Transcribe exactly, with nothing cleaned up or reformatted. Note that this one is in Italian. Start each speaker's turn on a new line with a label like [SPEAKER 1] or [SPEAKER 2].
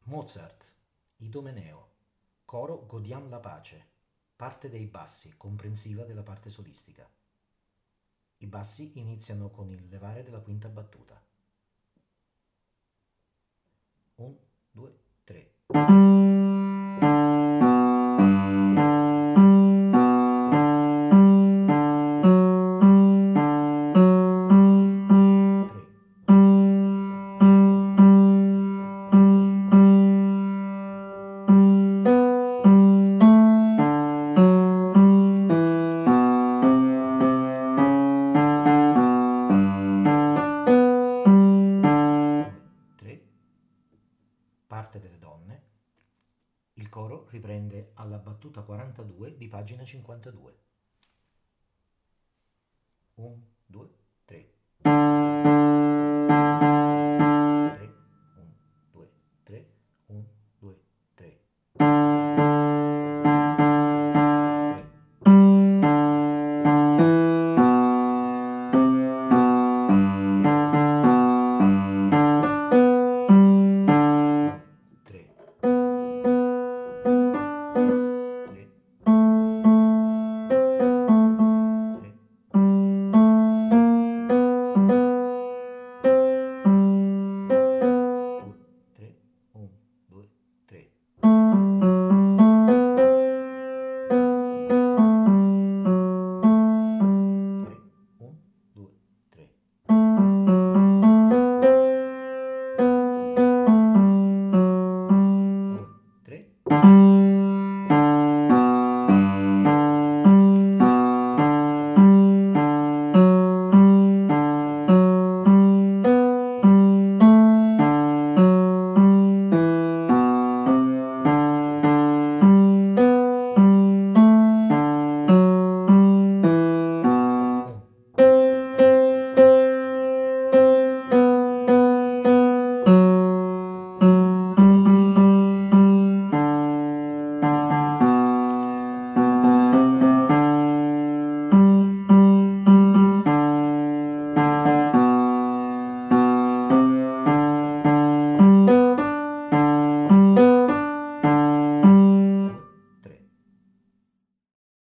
[SPEAKER 1] Mozart, Idomeneo, coro Godiam la pace, parte dei bassi, comprensiva della parte solistica. I bassi iniziano con il levare della quinta battuta. un, due, tre. tre, parte delle donne. Il coro riprende alla battuta quarantadue di pagina cinquantadue. un, due, tre.